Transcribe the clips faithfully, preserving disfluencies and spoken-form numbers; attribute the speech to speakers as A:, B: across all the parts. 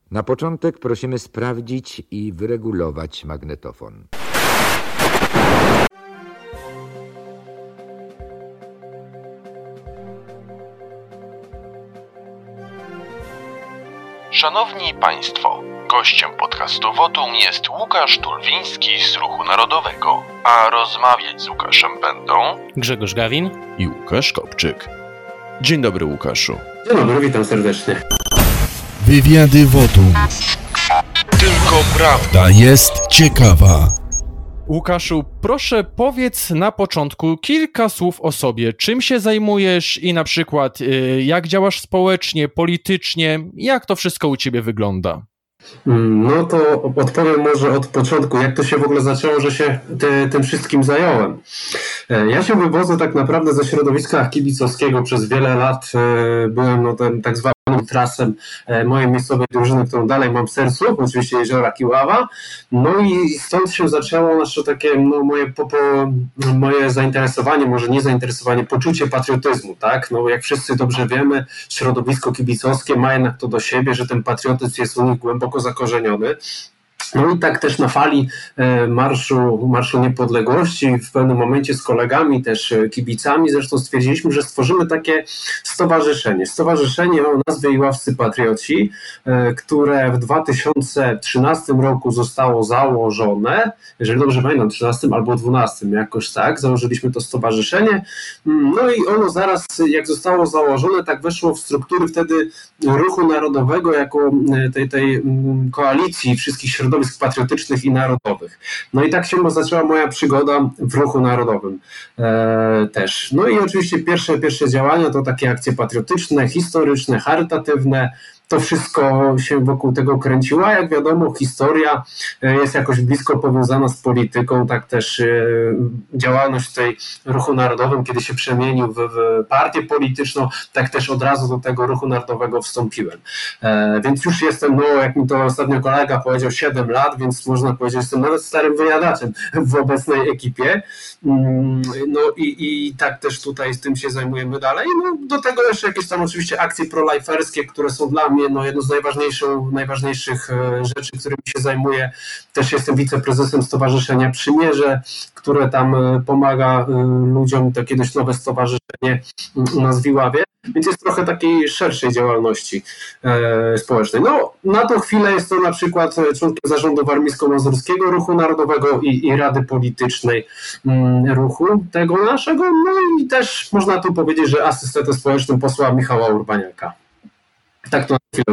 A: Na początek prosimy sprawdzić i wyregulować magnetofon.
B: Szanowni Państwo, gościem podcastu Wotum jest Łukasz Tulwiński z Ruchu Narodowego, a rozmawiać z Łukaszem będą
C: Grzegorz Gawin
B: i Łukasz Kopczyk. Dzień dobry, Łukaszu.
D: Dzień dobry, witam serdecznie.
E: Wywiady Wotum.
B: Tylko prawda
E: jest ciekawa.
C: Łukaszu, proszę powiedz na początku kilka słów o sobie. Czym się zajmujesz i na przykład y, jak działasz społecznie, politycznie, jak to wszystko u ciebie wygląda?
D: No to odpowiem może od początku, jak to się w ogóle zaczęło, że się ty, tym wszystkim zająłem. Ja się wywodzę tak naprawdę ze środowiska kibicowskiego. Przez wiele lat byłem no, tym tak zwanym trasem mojej miejscowej drużyny, którą dalej mam w sercu, oczywiście Jeziora Kiława. No i stąd się zaczęło nasze takie no, moje, po, po, moje zainteresowanie, może nie zainteresowanie, poczucie patriotyzmu, tak? No jak wszyscy dobrze wiemy, środowisko kibicowskie ma jednak to do siebie, że ten patriotyzm jest u nich głęboko zakorzeniony. No i tak też na fali Marszu, Marszu Niepodległości w pewnym momencie z kolegami, też kibicami zresztą stwierdziliśmy, że stworzymy takie stowarzyszenie. Stowarzyszenie o nazwie Iławscy Patrioci, które w dwa tysiące trzynastym roku zostało założone, jeżeli dobrze pamiętam, trzynastym albo dwunastym jakoś tak, założyliśmy to stowarzyszenie. No i ono zaraz jak zostało założone, tak weszło w struktury wtedy Ruchu Narodowego jako tej, tej koalicji wszystkich środowisk patriotycznych i narodowych. No i tak się zaczęła moja przygoda w Ruchu Narodowym e, też. No i oczywiście pierwsze, pierwsze działania to takie akcje patriotyczne, historyczne, charytatywne. To wszystko się wokół tego kręciło, a jak wiadomo historia jest jakoś blisko powiązana z polityką, tak też działalność tej Ruchu Narodowym, kiedy się przemienił w, w partię polityczną, tak też od razu do tego Ruchu Narodowego wstąpiłem. E, więc już jestem, no jak mi to ostatnio kolega powiedział, siedem lat, więc można powiedzieć, że jestem nawet starym wyjadaczem w obecnej ekipie. No i, i tak też tutaj z tym się zajmujemy dalej. No do tego jeszcze jakieś tam oczywiście akcje proliferskie, które są dla mnie no jedną z najważniejszych, najważniejszych rzeczy, którymi się zajmuję. Też jestem wiceprezesem Stowarzyszenia Przymierze, które tam pomaga ludziom, takie dość nowe stowarzyszenie u nas w Iławie, więc jest trochę takiej szerszej działalności e, społecznej. No na tą chwilę jest to na przykład członkiem zarządu Warmińsko-Mazurskiego Ruchu Narodowego i, i Rady Politycznej m, ruchu tego naszego, no i też można tu powiedzieć, że asystentem społecznym posła Michała Urbaniaka. Tak to na chwilę.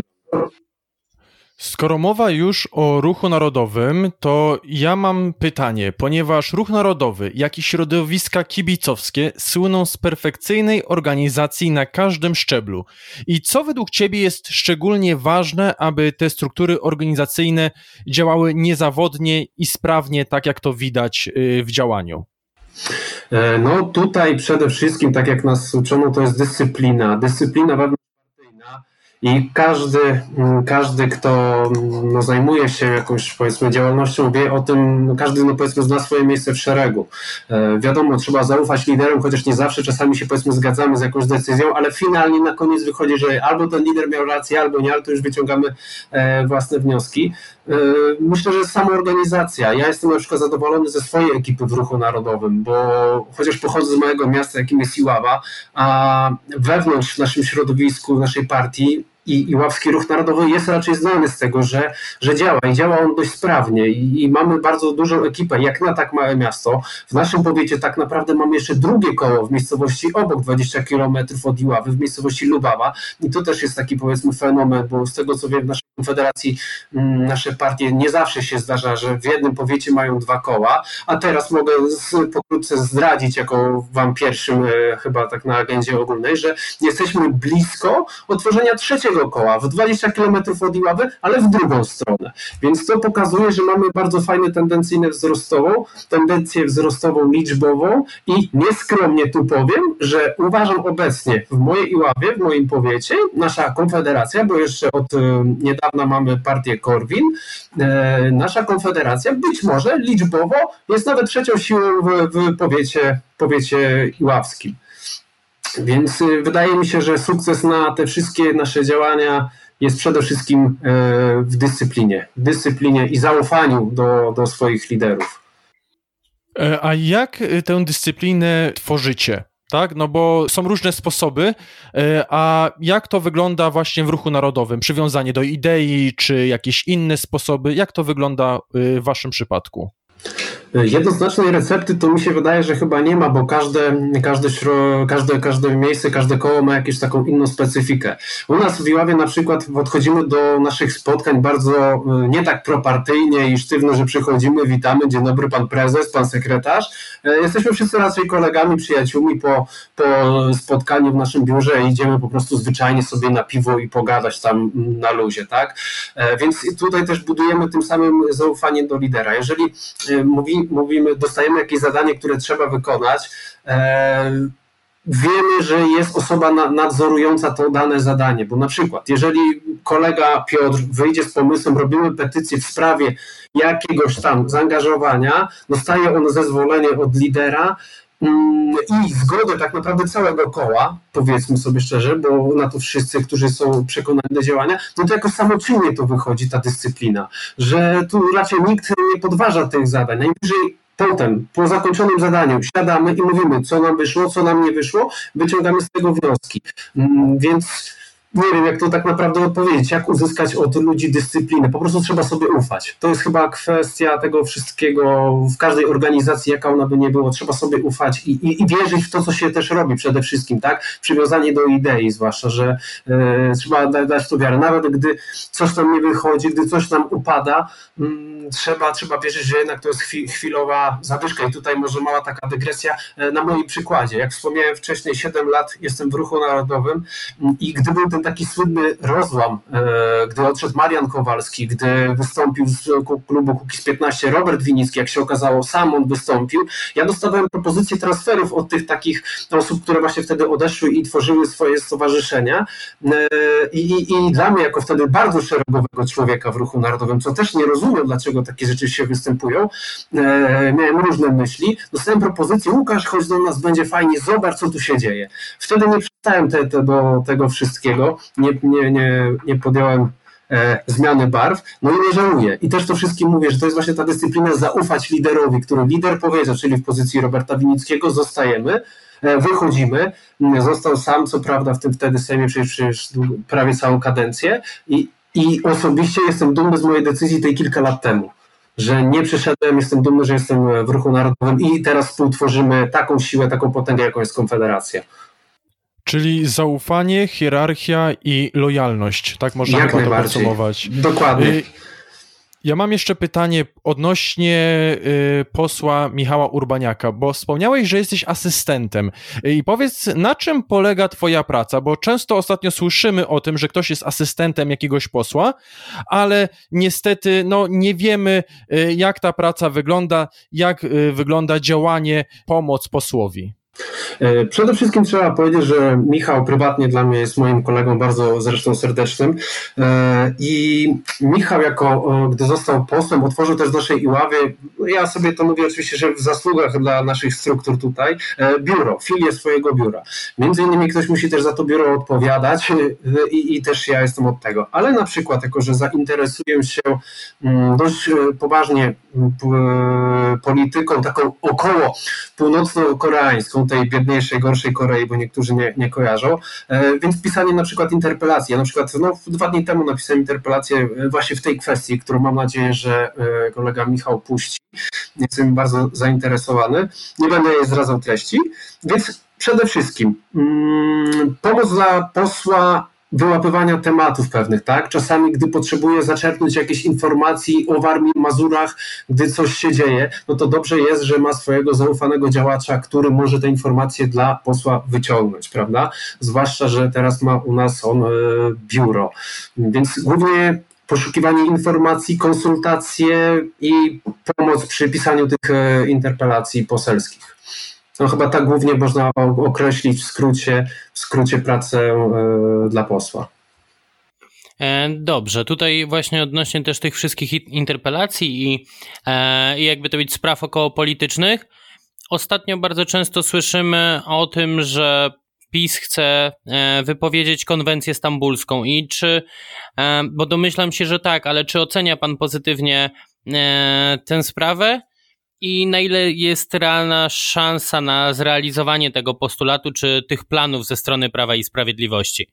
C: Skoro mowa już o Ruchu Narodowym, to ja mam pytanie, ponieważ Ruch Narodowy, jak i środowiska kibicowskie słyną z perfekcyjnej organizacji na każdym szczeblu. I co według Ciebie jest szczególnie ważne, aby te struktury organizacyjne działały niezawodnie i sprawnie, tak jak to widać w działaniu?
D: No tutaj przede wszystkim, tak jak nas uczono, to jest dyscyplina. Dyscyplina wewnątrzpartyjna. I każdy, każdy kto no, zajmuje się jakąś powiedzmy działalnością, wie o tym, każdy no, powiedzmy zna swoje miejsce w szeregu. E, wiadomo, trzeba zaufać liderom, chociaż nie zawsze czasami się powiedzmy zgadzamy z jakąś decyzją, ale finalnie na koniec wychodzi, że albo ten lider miał rację, albo nie, ale to już wyciągamy e, własne wnioski. E, myślę, że samoorganizacja. Ja jestem na przykład zadowolony ze swojej ekipy w Ruchu Narodowym, bo chociaż pochodzę z małego miasta, jakim jest Iława, a wewnątrz w naszym środowisku, w naszej partii I Iławski Ruch Narodowy jest raczej znany z tego, że, że działa i działa on dość sprawnie i, i mamy bardzo dużą ekipę, jak na tak małe miasto. W naszym powiecie tak naprawdę mamy jeszcze drugie koło w miejscowości obok, dwadzieścia kilometrów od Iławy, w miejscowości Lubawa i to też jest taki powiedzmy fenomen, bo z tego co wiem w naszej konfederacji m, nasze partie nie zawsze się zdarza, że w jednym powiecie mają dwa koła, a teraz mogę z, pokrótce zdradzić jako wam pierwszym e, chyba tak na agendzie ogólnej, że jesteśmy blisko otworzenia trzeciego koła w dwadzieścia kilometrów od Iławy, ale w drugą stronę. Więc to pokazuje, że mamy bardzo fajną tendencyjną wzrostową, tendencję wzrostową liczbową i nieskromnie tu powiem, że uważam obecnie w mojej Iławie, w moim powiecie, nasza konfederacja, bo jeszcze od niedawna mamy partię Korwin, e, nasza konfederacja być może liczbowo jest nawet trzecią siłą w, w powiecie, powiecie iławskim. Więc wydaje mi się, że sukces na te wszystkie nasze działania jest przede wszystkim w dyscyplinie, w dyscyplinie i zaufaniu do, do swoich liderów.
C: A jak tę dyscyplinę tworzycie? Tak, no bo są różne sposoby, a jak to wygląda właśnie w ruchu narodowym? Przywiązanie do idei, czy jakieś inne sposoby? Jak to wygląda w waszym przypadku?
D: Jednoznacznej recepty to mi się wydaje, że chyba nie ma, bo każde, każde, każde, każde miejsce, każde koło ma jakąś taką inną specyfikę. U nas w Iławie na przykład podchodzimy do naszych spotkań bardzo nie tak propartyjnie i sztywno, że przychodzimy, witamy, dzień dobry pan prezes, pan sekretarz. Jesteśmy wszyscy raczej kolegami, przyjaciółmi po, po spotkaniu w naszym biurze i idziemy po prostu zwyczajnie sobie na piwo i pogadać tam na luzie, tak? Więc tutaj też budujemy tym samym zaufanie do lidera. Jeżeli mówi mówimy, dostajemy jakieś zadanie, które trzeba wykonać, e, wiemy, że jest osoba na, nadzorująca to dane zadanie, bo na przykład jeżeli kolega Piotr wyjdzie z pomysłem, robimy petycję w sprawie jakiegoś tam zaangażowania, dostaje on zezwolenie od lidera mm, i zgodę tak naprawdę całego koła, powiedzmy sobie szczerze, bo na to wszyscy, którzy są przekonani do działania, no to jakoś samoczynnie to wychodzi ta dyscyplina, że tu raczej nikt nie podważa tych zadań. Najwyżej potem, po zakończonym zadaniu siadamy i mówimy, co nam wyszło, co nam nie wyszło, wyciągamy z tego wnioski. Więc nie wiem, jak to tak naprawdę odpowiedzieć, jak uzyskać od ludzi dyscyplinę. Po prostu trzeba sobie ufać. To jest chyba kwestia tego wszystkiego w każdej organizacji, jaka ona by nie było. Trzeba sobie ufać i, i, i wierzyć w to, co się też robi przede wszystkim, tak? Przywiązanie do idei zwłaszcza, że e, trzeba dać, dać w to wiarę. Nawet gdy coś tam nie wychodzi, gdy coś tam upada, m, trzeba, trzeba wierzyć, że jednak to jest chwi, chwilowa zadyszka. I tutaj może mała taka dygresja e, na moim przykładzie. Jak wspomniałem wcześniej, siedem lat jestem w Ruchu Narodowym m, i gdy był ten taki słynny rozłam, gdy odszedł Marian Kowalski, gdy wystąpił z klubu Kukiz piętnaście Robert Winnicki, jak się okazało, sam on wystąpił. Ja dostawałem propozycje transferów od tych takich osób, które właśnie wtedy odeszły i tworzyły swoje stowarzyszenia. I, i, i dla mnie, jako wtedy bardzo szeregowego człowieka w Ruchu Narodowym, co też nie rozumiem, dlaczego takie rzeczy się występują, miałem różne myśli. Dostałem propozycję, Łukasz, chodź do nas, będzie fajnie, zobacz, co tu się dzieje. Wtedy nie przystałem te, te, do tego wszystkiego. Nie, nie, nie, nie podjąłem e, zmiany barw, no i nie żałuję. I też to wszystkim mówię, że to jest właśnie ta dyscyplina zaufać liderowi, który lider powiedział, czyli w pozycji Roberta Winnickiego zostajemy, e, wychodzimy, został sam, co prawda w tym wtedy Sejmie przecież, przecież prawie całą kadencję i, i osobiście jestem dumny z mojej decyzji tej kilka lat temu, że nie przeszedłem, jestem dumny, że jestem w Ruchu Narodowym i teraz współtworzymy taką siłę, taką potęgę, jaką jest Konfederacja.
C: Czyli zaufanie, hierarchia i lojalność, tak można
D: Jak
C: chyba to
D: najbardziej.
C: podsumować.
D: Dokładnie.
C: Ja mam jeszcze pytanie odnośnie y, posła Michała Urbaniaka, bo wspomniałeś, że jesteś asystentem. I powiedz, na czym polega twoja praca? Bo często ostatnio słyszymy o tym, że ktoś jest asystentem jakiegoś posła, ale niestety no, nie wiemy, y, jak ta praca wygląda, jak y, wygląda działanie, pomoc posłowi.
D: Przede wszystkim trzeba powiedzieć, że Michał prywatnie dla mnie jest moim kolegą bardzo zresztą serdecznym i Michał jako, gdy został posłem, otworzył też w naszej Iławie, ja sobie to mówię oczywiście, że w zasługach dla naszych struktur tutaj, biuro, filię swojego biura. Między innymi ktoś musi też za to biuro odpowiadać i, i też ja jestem od tego. Ale na przykład, jako że zainteresuję się dość poważnie polityką taką około północno-koreańską, tej biedniejszej, gorszej Korei, bo niektórzy nie, nie kojarzą, więc pisanie na przykład interpelacji. Ja na przykład no, dwa dni temu napisałem interpelację właśnie w tej kwestii, którą mam nadzieję, że kolega Michał puści. Jestem bardzo zainteresowany. Nie będę jej zdradzał treści, więc przede wszystkim hmm, pomoc dla posła wyłapywania tematów pewnych, tak? Czasami, gdy potrzebuje zaczerpnąć jakieś informacji o Warmii i Mazurach, gdy coś się dzieje, no to dobrze jest, że ma swojego zaufanego działacza, który może te informacje dla posła wyciągnąć, prawda? Zwłaszcza, że teraz ma u nas on e, biuro. Więc głównie poszukiwanie informacji, konsultacje i pomoc przy pisaniu tych e, interpelacji poselskich. No chyba tak głównie można określić w skrócie, w skrócie pracę y, dla posła.
F: Dobrze, tutaj właśnie odnośnie też tych wszystkich interpelacji i, i jakby to być spraw okołopolitycznych, ostatnio bardzo często słyszymy o tym, że PiS chce wypowiedzieć konwencję stambulską i czy, bo domyślam się, że tak, ale czy ocenia pan pozytywnie tę sprawę i na ile jest realna szansa na zrealizowanie tego postulatu czy tych planów ze strony Prawa i Sprawiedliwości?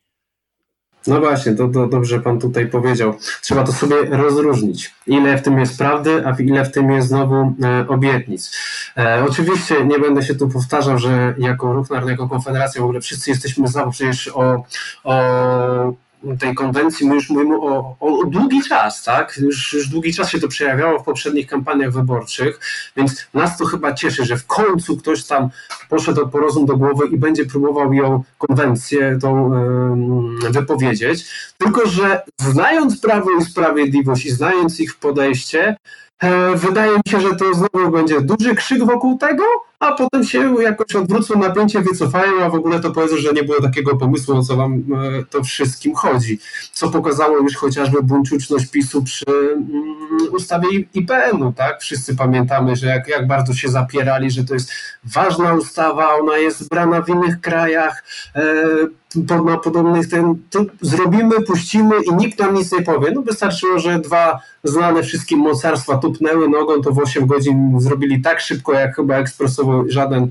D: No właśnie, to, to dobrze pan tutaj powiedział. Trzeba to sobie rozróżnić. Ile w tym jest prawdy, a ile w tym jest znowu e, obietnic. E, oczywiście nie będę się tu powtarzał, że jako Ruch Narodowy, jako Konfederacja w ogóle wszyscy jesteśmy za, bo przecież o, o tej konwencji my już mówimy o, o długi czas, tak? Już, już długi czas się to przejawiało w poprzednich kampaniach wyborczych, więc nas to chyba cieszy, że w końcu ktoś tam poszedł po rozum do głowy i będzie próbował ją, konwencję tą yy, wypowiedzieć, tylko że znając Prawo i Sprawiedliwość i znając ich podejście, yy, wydaje mi się, że to znowu będzie duży krzyk wokół tego, a potem się jakoś odwrócą napięcie, wycofają, a w ogóle to powiedzą, że nie było takiego pomysłu, o co wam to wszystkim chodzi. Co pokazało już chociażby buńczuczność PiSu przy ustawie I P N u, tak? Wszyscy pamiętamy, że jak, jak bardzo się zapierali, że to jest ważna ustawa, ona jest brana w innych krajach, e, na podobnych ten, to zrobimy, puścimy i nikt nam nic nie powie. No wystarczyło, że dwa znane wszystkim mocarstwa tupnęły nogą, to w osiem godzin zrobili tak szybko, jak chyba ekspresowo żaden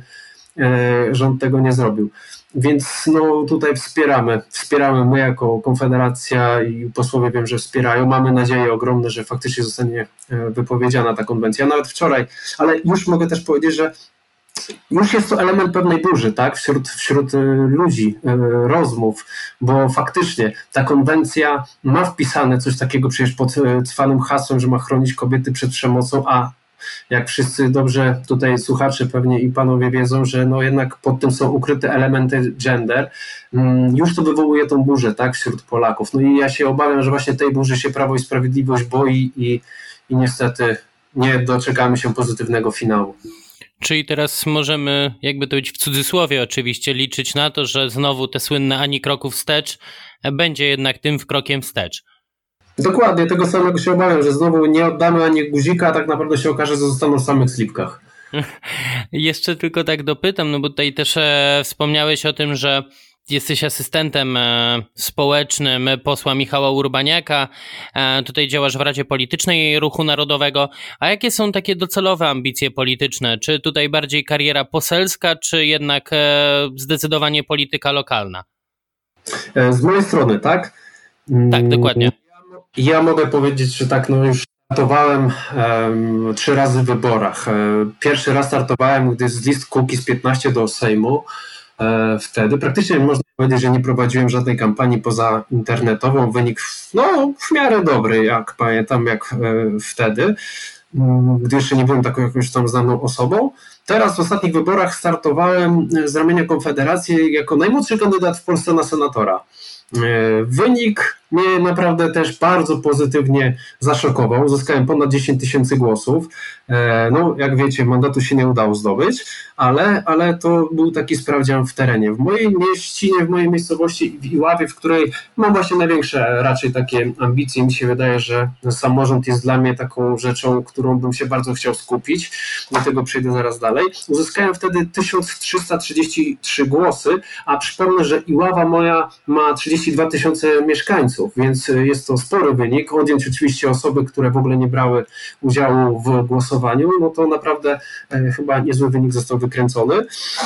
D: e, rząd tego nie zrobił. Więc no tutaj wspieramy, wspieramy my jako Konfederacja i posłowie wiem, że wspierają. Mamy nadzieję ogromne, że faktycznie zostanie wypowiedziana ta konwencja. Nawet wczoraj, ale już mogę też powiedzieć, że już jest to element pewnej burzy, tak, wśród, wśród ludzi, rozmów, bo faktycznie ta konwencja ma wpisane coś takiego przecież pod cwanym hasłem, że ma chronić kobiety przed przemocą, a jak wszyscy dobrze tutaj słuchacze pewnie i panowie wiedzą, że no jednak pod tym są ukryte elementy gender, już to wywołuje tą burzę, tak, wśród Polaków. No i ja się obawiam, że właśnie tej burzy się Prawo i Sprawiedliwość boi i, i niestety nie doczekamy się pozytywnego finału.
F: Czyli teraz możemy, jakby to być w cudzysłowie oczywiście, liczyć na to, że znowu te słynne ani kroku wstecz będzie jednak tym krokiem wstecz.
D: Dokładnie, tego samego się obawiam, że znowu nie oddamy ani guzika, a tak naprawdę się okaże, że zostaną w samych slipkach.
F: Jeszcze tylko tak dopytam, no bo tutaj też e, wspomniałeś o tym, że jesteś asystentem e, społecznym posła Michała Urbaniaka, e, tutaj działasz w Radzie Politycznej Ruchu Narodowego, a jakie są takie docelowe ambicje polityczne? Czy tutaj bardziej kariera poselska, czy jednak e, zdecydowanie polityka lokalna?
D: Z mojej strony, tak?
F: Tak, dokładnie.
D: Ja mogę powiedzieć, że tak, no już startowałem um, trzy razy w wyborach. Pierwszy raz startowałem, gdy z list Kukiz piętnaście do Sejmu. E, wtedy praktycznie można powiedzieć, że nie prowadziłem żadnej kampanii poza internetową. Wynik no, w miarę dobry, jak pamiętam, jak e, wtedy, gdy jeszcze nie byłem taką jakąś tam znaną osobą. Teraz w ostatnich wyborach startowałem z ramienia Konfederacji jako najmłodszy kandydat w Polsce na senatora. Wynik mnie naprawdę też bardzo pozytywnie zaszokował. Uzyskałem ponad dziesięć tysięcy głosów. No, jak wiecie, mandatu się nie udało zdobyć, ale, ale to był taki sprawdzian w terenie. W mojej mieścinie, w mojej miejscowości w Iławie, w której mam właśnie największe raczej takie ambicje, mi się wydaje, że samorząd jest dla mnie taką rzeczą, którą bym się bardzo chciał skupić. Do tego przejdę zaraz dalej. Uzyskałem wtedy tysiąc trzysta trzydzieści trzy głosy, a przypomnę, że Iława moja ma trzydzieści dwa tysiące mieszkańców, więc jest to spory wynik. Odjąć oczywiście osoby, które w ogóle nie brały udziału w głosowaniu, no to naprawdę e, chyba niezły wynik został wykręcony.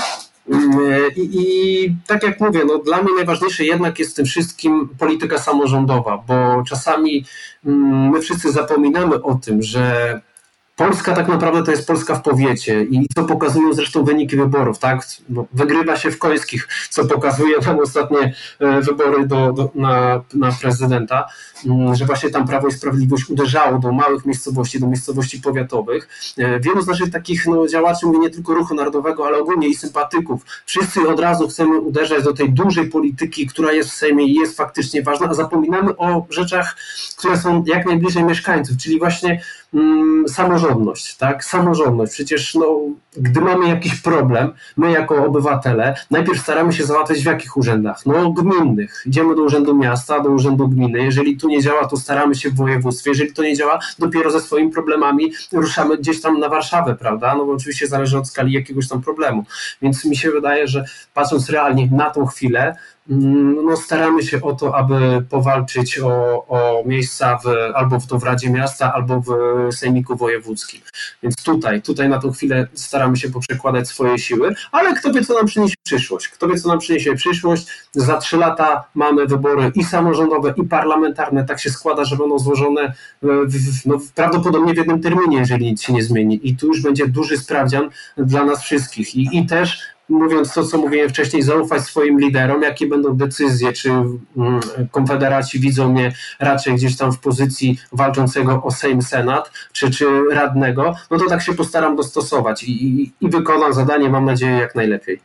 D: I, I tak jak mówię, no dla mnie najważniejsze jednak jest w tym wszystkim polityka samorządowa, bo czasami mm, my wszyscy zapominamy o tym, że Polska tak naprawdę to jest Polska w powiecie i co pokazują zresztą wyniki wyborów, tak? No, wygrywa się w Końskich, co pokazuje nam ostatnie wybory do, do, na, na prezydenta, że właśnie tam Prawo i Sprawiedliwość uderzało do małych miejscowości, do miejscowości powiatowych. Wielu z naszych takich no, działaczy, mówię nie tylko Ruchu Narodowego, ale ogólnie i sympatyków, wszyscy od razu chcemy uderzać do tej dużej polityki, która jest w Sejmie i jest faktycznie ważna, a zapominamy o rzeczach, które są jak najbliżej mieszkańców, czyli właśnie mm, samorządność, tak? Samorządność. Przecież no, gdy mamy jakiś problem, my jako obywatele, najpierw staramy się załatwić w jakich urzędach? No gminnych. Idziemy do urzędu miasta, do urzędu gminy. Jeżeli tu nie działa, to staramy się w województwie. Jeżeli to nie działa, dopiero ze swoimi problemami ruszamy gdzieś tam na Warszawę, prawda? No bo oczywiście zależy od skali jakiegoś tam problemu. Więc mi się wydaje, że patrząc realnie na tą chwilę, no staramy się o to, aby powalczyć o, o miejsca w, albo w, to w Radzie Miasta, albo w Sejmiku Wojewódzkim. Więc tutaj, tutaj na tą chwilę staramy się poprzekładać swoje siły, ale kto wie, co nam przyniesie przyszłość. Kto wie, co nam przyniesie przyszłość. Za trzy lata mamy wybory i samorządowe, i parlamentarne. Tak się składa, że będą złożone w, no, prawdopodobnie w jednym terminie, jeżeli nic się nie zmieni. I tu już będzie duży sprawdzian dla nas wszystkich. I, i też mówiąc to, co mówiłem wcześniej, zaufać swoim liderom, jakie będą decyzje, czy konfederaci widzą mnie raczej gdzieś tam w pozycji walczącego o Sejm, Senat, czy, czy radnego, no to tak się postaram dostosować i, i, i wykonam zadanie, mam nadzieję, jak najlepiej.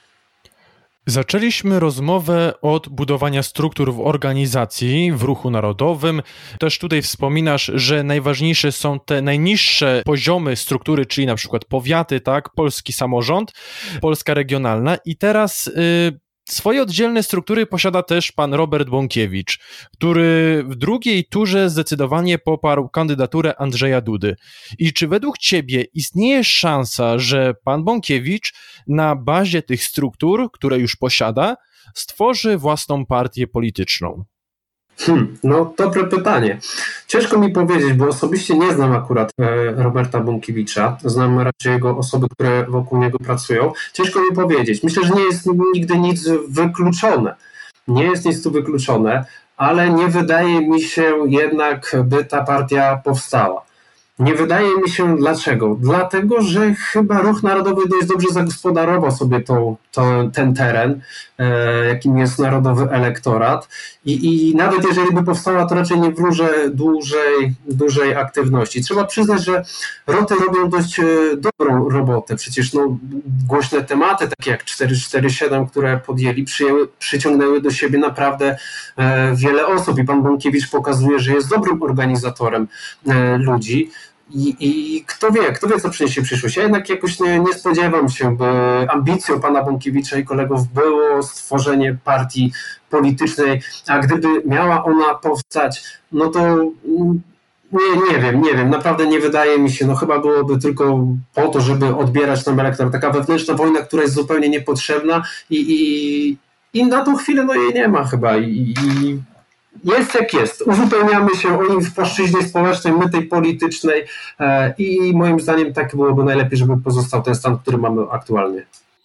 C: Zaczęliśmy rozmowę od budowania struktur w organizacji, w ruchu narodowym. Też tutaj wspominasz, że najważniejsze są te najniższe poziomy struktury, czyli na przykład powiaty, tak, polski samorząd, Polska regionalna i teraz y, swoje oddzielne struktury posiada też pan Robert Bąkiewicz, który w drugiej turze zdecydowanie poparł kandydaturę Andrzeja Dudy. I czy według ciebie istnieje szansa, że pan Bąkiewicz na bazie tych struktur, które już posiada, stworzy własną partię polityczną?
D: Hmm, no dobre pytanie. Ciężko mi powiedzieć, bo osobiście nie znam akurat Roberta Bąkiewicza. Znam raczej jego osoby, które wokół niego pracują. Ciężko mi powiedzieć. Myślę, że nie jest nigdy nic wykluczone. Nie jest nic tu wykluczone, ale nie wydaje mi się jednak, by ta partia powstała. Nie wydaje mi się dlaczego. Dlatego, że chyba Ruch Narodowy dość dobrze zagospodarował sobie to, to, ten teren, e, jakim jest narodowy elektorat I, i nawet jeżeli by powstała, to raczej nie wróżę dłużej, dużej aktywności. Trzeba przyznać, że roty robią dość dobrą robotę. Przecież no, głośne tematy, takie jak cztery cztery siedem, które podjęli, przyjęły, przyciągnęły do siebie naprawdę e, wiele osób i pan Bąkiewicz pokazuje, że jest dobrym organizatorem e, ludzi. I, I kto wie, kto wie, co przyniesie przyszłość. Ja jednak jakoś nie, nie spodziewam się, by ambicją pana Bąkiewicza i kolegów było stworzenie partii politycznej, a gdyby miała ona powstać, no to nie, nie wiem, nie wiem, naprawdę nie wydaje mi się, no chyba byłoby tylko po to, żeby odbierać tam elektorat. Taka wewnętrzna wojna, która jest zupełnie niepotrzebna i, i, i na tą chwilę no jej nie ma chyba i, i jest jak jest. Uzupełniamy się o nim w płaszczyźnie społecznej, my tej politycznej i moim zdaniem tak byłoby najlepiej, żeby pozostał ten stan, który mamy aktualnie.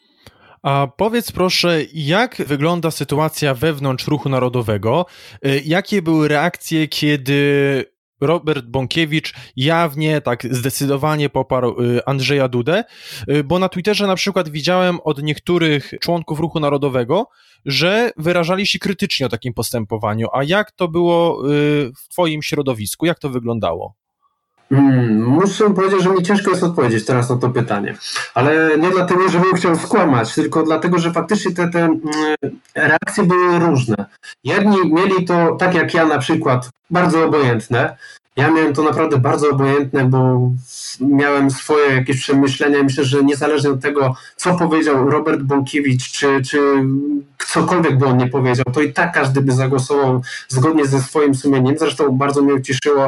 C: A powiedz proszę, jak wygląda sytuacja wewnątrz Ruchu Narodowego? Jakie były reakcje, kiedy Robert Bąkiewicz jawnie, tak zdecydowanie poparł Andrzeja Dudę? Bo na Twitterze na przykład widziałem od niektórych członków Ruchu Narodowego, że wyrażali się krytycznie o takim postępowaniu. A jak to było w twoim środowisku? Jak to wyglądało?
D: Hmm, muszę powiedzieć, że mi ciężko jest odpowiedzieć teraz na to pytanie. Ale nie dlatego, że bym chciał skłamać, tylko dlatego, że faktycznie te, te reakcje były różne. Jedni mieli to, tak jak ja na przykład, bardzo obojętne. Ja miałem to naprawdę bardzo obojętne, bo miałem swoje jakieś przemyślenia. Myślę, że niezależnie od tego, co powiedział Robert Bąkiewicz, czy, czy cokolwiek by on nie powiedział, to i tak każdy by zagłosował zgodnie ze swoim sumieniem. Zresztą bardzo mnie ucieszyło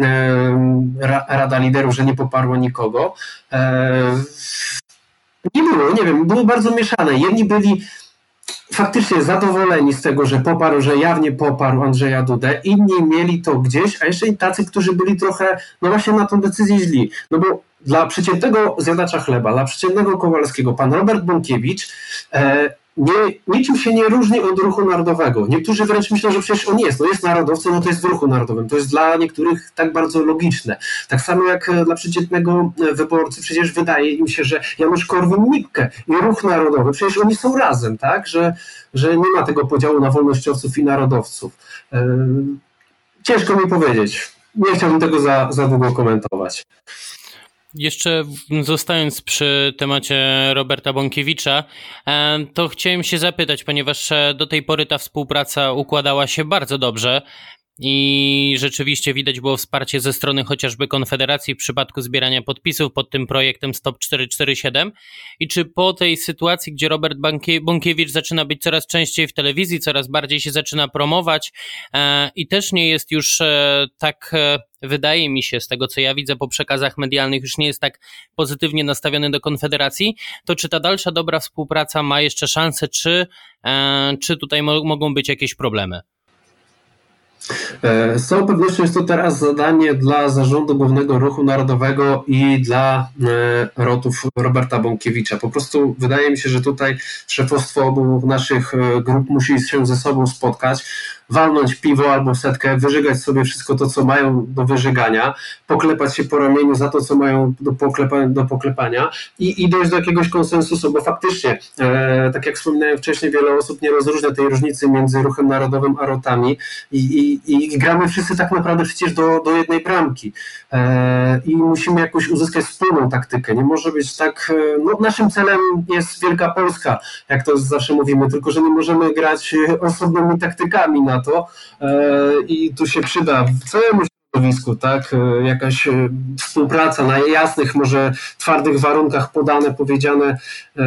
D: e, Rada Liderów, że nie poparła nikogo. E, nie było, nie wiem, było bardzo mieszane. Jedni byli faktycznie zadowoleni z tego, że poparł, że jawnie poparł Andrzeja Dudę, inni mieli to gdzieś, a jeszcze i tacy, którzy byli trochę, no właśnie na tą decyzję źli. No bo dla przeciętnego zjadacza chleba, dla przeciętnego Kowalskiego, pan Robert Bąkiewicz e, nie, niczym się nie różni od Ruchu Narodowego. Niektórzy wręcz myślą, że przecież on jest, no jest narodowcem, no to jest w Ruchu Narodowym. To jest dla niektórych tak bardzo logiczne. Tak samo jak dla przeciętnego wyborcy przecież wydaje im się, że Janusz Korwin-Mikke i Ruch Narodowy, przecież oni są razem, tak? Że, że nie ma tego podziału na wolnościowców i narodowców. Yy, ciężko mi powiedzieć. Nie chciałbym tego za, za długo komentować.
F: Jeszcze zostając przy temacie Roberta Bąkiewicza, to chciałem się zapytać, ponieważ do tej pory ta współpraca układała się bardzo dobrze i rzeczywiście widać było wsparcie ze strony chociażby Konfederacji w przypadku zbierania podpisów pod tym projektem Stop czterysta czterdzieści siedem. I czy po tej sytuacji, gdzie Robert Bąkie- Bąkiewicz zaczyna być coraz częściej w telewizji, coraz bardziej się zaczyna promować e, i też nie jest już e, tak, e, wydaje mi się, z tego co ja widzę po przekazach medialnych, już nie jest tak pozytywnie nastawiony do Konfederacji, to czy ta dalsza dobra współpraca ma jeszcze szansę, czy, e, czy tutaj mo- mogą być jakieś problemy?
D: Z całą pewnością jest to teraz zadanie dla Zarządu Głównego Ruchu Narodowego i dla rotów Roberta Bąkiewicza. Po prostu wydaje mi się, że tutaj szefostwo obu naszych grup musi się ze sobą spotkać, walnąć piwo albo setkę, wyżygać sobie wszystko to, co mają do wyżygania, poklepać się po ramieniu za to, co mają do poklepania, do poklepania i, i dojść do jakiegoś konsensusu, bo faktycznie, e, tak jak wspominałem wcześniej, wiele osób nie rozróżnia tej różnicy między Ruchem Narodowym a rotami i, i, i gramy wszyscy tak naprawdę przecież do, do jednej bramki e, i musimy jakoś uzyskać wspólną taktykę. Nie może być tak, no naszym celem jest Wielka Polska, jak to zawsze mówimy, tylko że nie możemy grać osobnymi taktykami na to i tu się przyda w całym środowisku, tak, jakaś współpraca na jasnych, może twardych warunkach podane, powiedziane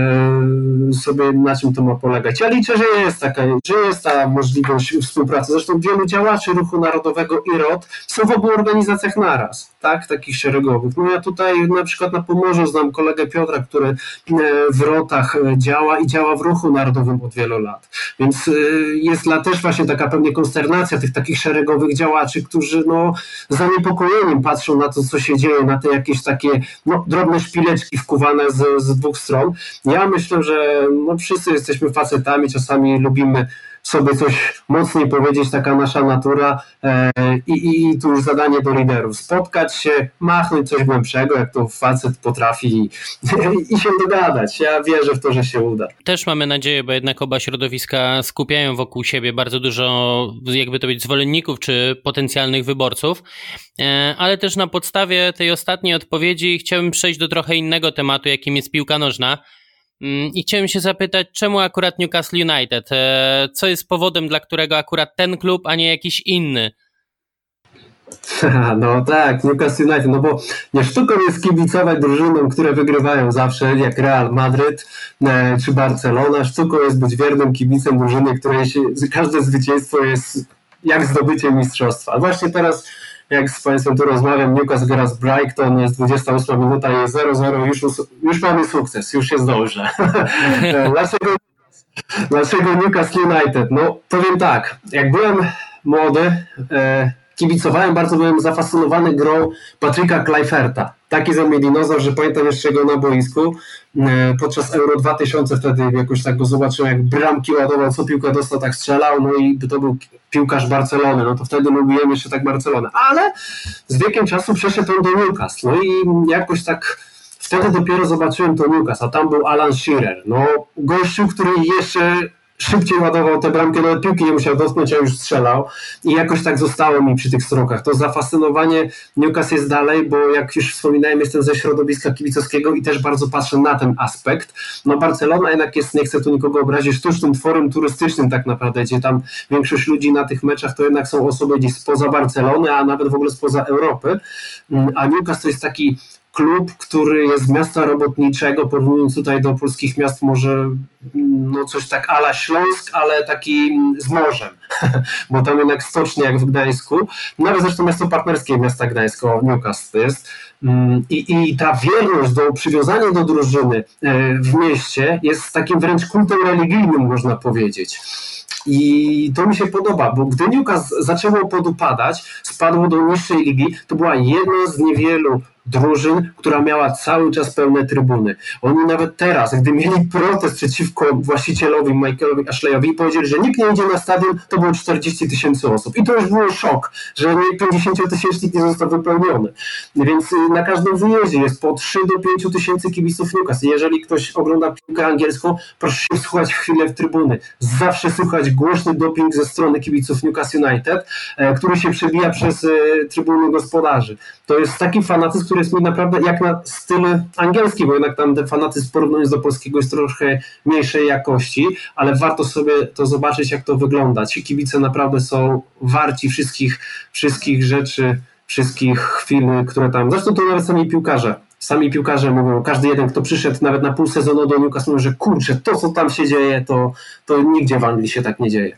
D: sobie, na czym to ma polegać. Ja liczę, że jest taka, że jest ta możliwość współpracy. Zresztą wielu działaczy Ruchu Narodowego i R O T są w obu organizacjach naraz, tak, takich szeregowych. No ja tutaj na przykład na Pomorzu znam kolegę Piotra, który w rotach działa i działa w Ruchu Narodowym od wielu lat. Więc jest dla też właśnie taka pewnie konsternacja tych takich szeregowych działaczy, którzy no z zaniepokojeniem patrzą na to, co się dzieje, na te jakieś takie no, drobne szpileczki wkuwane z, z dwóch stron. Ja myślę, że no, wszyscy jesteśmy facetami, czasami lubimy sobie coś mocniej powiedzieć, taka nasza natura e, i, i tu już zadanie do liderów. Spotkać się, machnąć coś głębszego, jak to facet potrafi i, i się dogadać. Ja wierzę w to, że się uda.
F: Też mamy nadzieję, bo jednak oba środowiska skupiają wokół siebie bardzo dużo, jakby to być, zwolenników czy potencjalnych wyborców, e, ale też na podstawie tej ostatniej odpowiedzi chciałbym przejść do trochę innego tematu, jakim jest piłka nożna. I chciałem się zapytać, czemu akurat Newcastle United? Co jest powodem, dla którego akurat ten klub, a nie jakiś inny?
D: No tak, Newcastle United, no bo nie sztuką jest kibicować drużynom, które wygrywają zawsze, jak Real Madryt czy Barcelona. Sztuką jest być wiernym kibicem drużyny, której się, każde zwycięstwo jest jak zdobycie mistrzostwa. A właśnie teraz, jak z Państwem tu rozmawiam, Newcastle gra z Brighton, jest dwudziesta ósma minuta, jest zero zero, już, już mamy sukces, już jest dobrze. Dlaczego, dlaczego Newcastle United? No powiem tak, jak byłem młody, e, kibicowałem, bardzo byłem zafascynowany grą Patryka Kluiverta. Taki za mnie dinozaur, że pamiętam jeszcze go na boisku. Podczas Euro dwa tysiące wtedy jakoś tak go zobaczyłem, jak bramki ładował, co piłkę dostał, tak strzelał, no i to był piłkarz Barcelony, no to wtedy lubiłem jeszcze tak Barcelonę. Ale z wiekiem czasu przeszedł on do Newcastle, no i jakoś tak wtedy dopiero zobaczyłem to Newcastle, a tam był Alan Shearer, no gościu, który jeszcze szybciej ładował tę bramkę, nawet piłki nie musiał dotknąć, a już strzelał i jakoś tak zostało mi przy tych strokach. To zafascynowanie Newcastle jest dalej, bo jak już wspominałem, jestem ze środowiska kibicowskiego i też bardzo patrzę na ten aspekt. No Barcelona jednak jest, nie chcę tu nikogo obrazić, sztucznym tworem turystycznym tak naprawdę, gdzie tam większość ludzi na tych meczach to jednak są osoby gdzieś spoza Barcelony, a nawet w ogóle spoza Europy, a Newcastle to jest taki klub, który jest z miasta robotniczego, porównując tutaj do polskich miast, może no coś tak a la Śląsk, ale taki z morzem, bo tam jednak stocznie jak w Gdańsku, nawet zresztą miasto partnerskie miasta Gdańska, Newcastle jest. I, I ta wierność, do przywiązania do drużyny w mieście jest takim wręcz kultem religijnym, można powiedzieć. I to mi się podoba, bo gdy Newcastle zaczęło podupadać, spadło do niższej ligi, to była jedna z niewielu drużyn, która miała cały czas pełne trybuny. Oni nawet teraz, gdy mieli protest przeciwko właścicielowi Michaelowi Ashleyowi i powiedzieli, że nikt nie idzie na stadion, to było czterdzieści tysięcy osób. I to już był szok, że pięćdziesięciotysięcznik nie został wypełniony. Więc na każdym wyjeździe jest po trzy do pięciu tysięcy kibiców Newcastle. Jeżeli ktoś ogląda piłkę angielską, proszę się wsłuchać chwilę w trybuny. Zawsze słychać głośny doping ze strony kibiców Newcastle United, który się przebija przez trybuny gospodarzy. To jest taki fanatyzm, który jest mi naprawdę jak na styl angielski, bo jednak tam ten fanatyzm porównując do polskiego jest troszkę mniejszej jakości, ale warto sobie to zobaczyć, jak to wygląda. Ci kibice naprawdę są warci wszystkich, wszystkich rzeczy, wszystkich chwil, które tam... Zresztą to nawet sami piłkarze. Sami piłkarze mówią, każdy jeden, kto przyszedł nawet na pół sezonu do Newcastle, mówi, że kurczę, to co tam się dzieje, to, to nigdzie w Anglii się tak nie dzieje.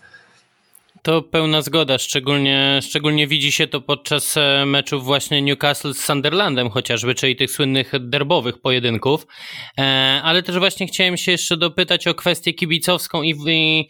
F: To pełna zgoda, szczególnie, szczególnie widzi się to podczas meczów właśnie Newcastle z Sunderlandem chociażby, czyli tych słynnych derbowych pojedynków, ale też właśnie chciałem się jeszcze dopytać o kwestię kibicowską i, i,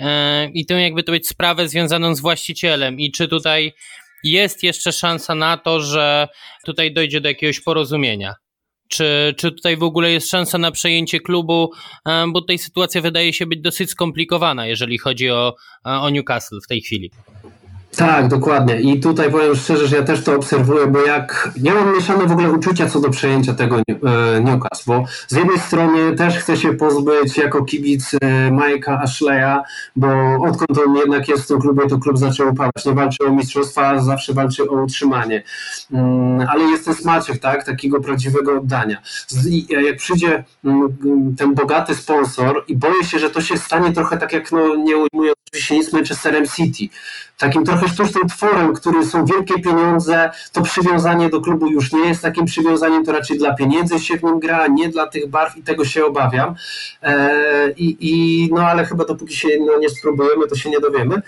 F: i tę jakby to być sprawę związaną z właścicielem i czy tutaj jest jeszcze szansa na to, że tutaj dojdzie do jakiegoś porozumienia. Czy, czy tutaj w ogóle jest szansa na przejęcie klubu, bo tutaj sytuacja wydaje się być dosyć skomplikowana, jeżeli chodzi o, o Newcastle w tej chwili.
D: Tak, dokładnie. I tutaj powiem szczerze, że ja też to obserwuję, bo jak nie mam mieszane w ogóle uczucia co do przejęcia tego Newcastle, bo z jednej strony też chcę się pozbyć jako kibic Mike'a Ashleya, bo odkąd on jednak jest w tym klubie, to klub zaczął upadać. Nie walczy o mistrzostwa, zawsze walczy o utrzymanie. Ale jest ten smaczek, tak, takiego prawdziwego oddania. Jak przyjdzie ten bogaty sponsor i boję się, że to się stanie trochę tak jak, no nie ujmując oczywiście nic, Manchesterem City. Takim trochę sztucznym tworem, który są wielkie pieniądze, to przywiązanie do klubu już nie jest takim przywiązaniem, to raczej dla pieniędzy się w nim gra, nie dla tych barw i tego się obawiam. Eee, i, i, no ale chyba dopóki się no, nie spróbujemy, to się nie dowiemy.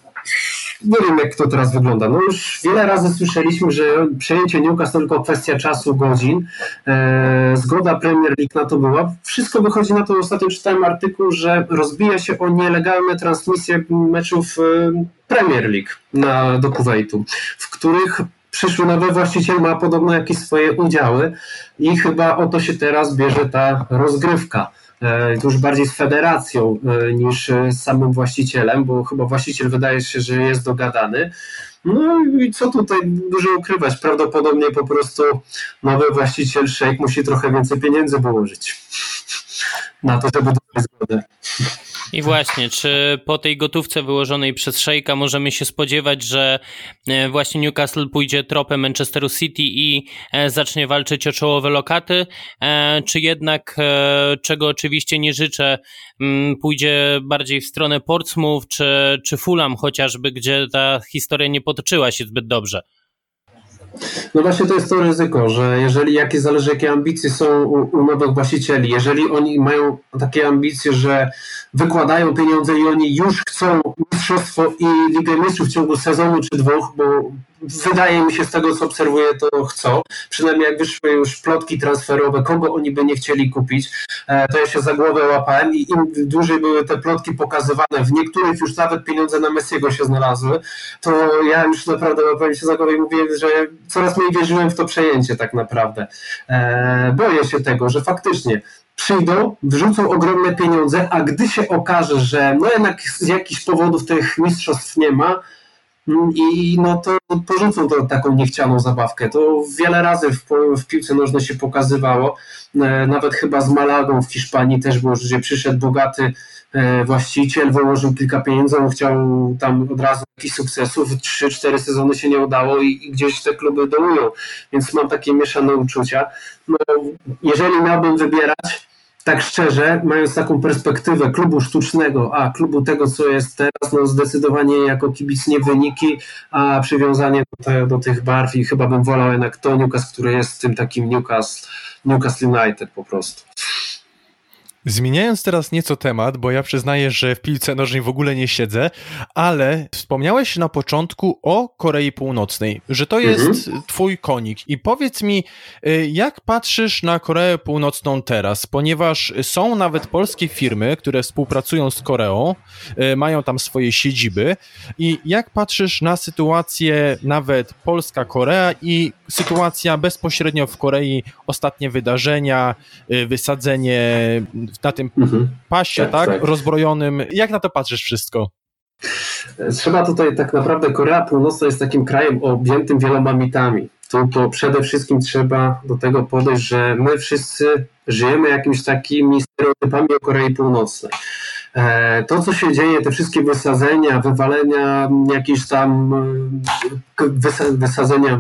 D: Nie wiem, jak to teraz wygląda. No już wiele razy słyszeliśmy, że przejęcie Newcastle to tylko kwestia czasu, godzin. Eee, zgoda Premier League na to była. Wszystko wychodzi na to, ostatnio czytałem artykuł, że rozbija się o nielegalne transmisje meczów Premier League na, do Kuwejtu, w których przyszły nowy właściciel ma podobno jakieś swoje udziały i chyba o to się teraz bierze ta rozgrywka. Już bardziej z federacją niż z samym właścicielem, bo chyba właściciel wydaje się, że jest dogadany. No i co tutaj dużo ukrywać? Prawdopodobnie po prostu nowy właściciel, szejk, musi trochę więcej pieniędzy położyć na to, żeby dostać zgodę.
F: I właśnie, czy po tej gotówce wyłożonej przez szejka możemy się spodziewać, że właśnie Newcastle pójdzie tropem Manchesteru City i zacznie walczyć o czołowe lokaty, czy jednak, czego oczywiście nie życzę, pójdzie bardziej w stronę Portsmouth czy, czy Fulham chociażby, gdzie ta historia nie potoczyła się zbyt dobrze?
D: No właśnie to jest to ryzyko, że jeżeli jakieś zależy jakie ambicje są u, u nowych właścicieli, jeżeli oni mają takie ambicje, że wykładają pieniądze i oni już chcą mistrzostwo i Ligę Mistrzów w ciągu sezonu czy dwóch, bo wydaje mi się z tego co obserwuję to chcą, przynajmniej jak wyszły już plotki transferowe, kogo oni by nie chcieli kupić, to ja się za głowę łapałem i im dłużej były te plotki pokazywane, w niektórych już nawet pieniądze na Messiego się znalazły, to ja już naprawdę łapałem się za głowę i mówię, że coraz mniej wierzyłem w to przejęcie tak naprawdę. Boję się tego, że faktycznie przyjdą, wrzucą ogromne pieniądze, a gdy się okaże, że no jednak z jakichś powodów tych mistrzostw nie ma, i no to porzucą to taką niechcianą zabawkę. To wiele razy w, w piłce nożnej się pokazywało, nawet chyba z Malagą w Hiszpanii też było, że przyszedł bogaty właściciel, wyłożył kilka pieniędzy, on chciał tam od razu jakichś sukcesów, trzy cztery sezony się nie udało i, i gdzieś te kluby dołują, więc mam takie mieszane uczucia. No, jeżeli miałbym wybierać, tak szczerze, mając taką perspektywę klubu sztucznego, a klubu tego, co jest teraz, no zdecydowanie jako kibic nie wyniki, a przywiązanie do, te, do tych barw i chyba bym wolał jednak to Newcastle, który jest tym takim Newcastle, Newcastle United po prostu.
C: Zmieniając teraz nieco temat, bo ja przyznaję, że w piłce nożnej w ogóle nie siedzę, ale wspomniałeś na początku o Korei Północnej, że to jest mhm. twój konik. I powiedz mi, jak patrzysz na Koreę Północną teraz? Ponieważ są nawet polskie firmy, które współpracują z Koreą, mają tam swoje siedziby. I jak patrzysz na sytuację nawet Polska-Korea i sytuacja bezpośrednio w Korei, ostatnie wydarzenia, wysadzenie na tym mhm. pasie, tak, tak, tak, rozbrojonym. Jak na to patrzysz wszystko?
D: Trzeba tutaj tak naprawdę, Korea Północna jest takim krajem objętym wieloma mitami. To, to przede wszystkim trzeba do tego podejść, że my wszyscy żyjemy jakimiś takimi stereotypami o Korei Północnej. To, co się dzieje, te wszystkie wysadzenia, wywalenia, jakieś tam wysadzenia,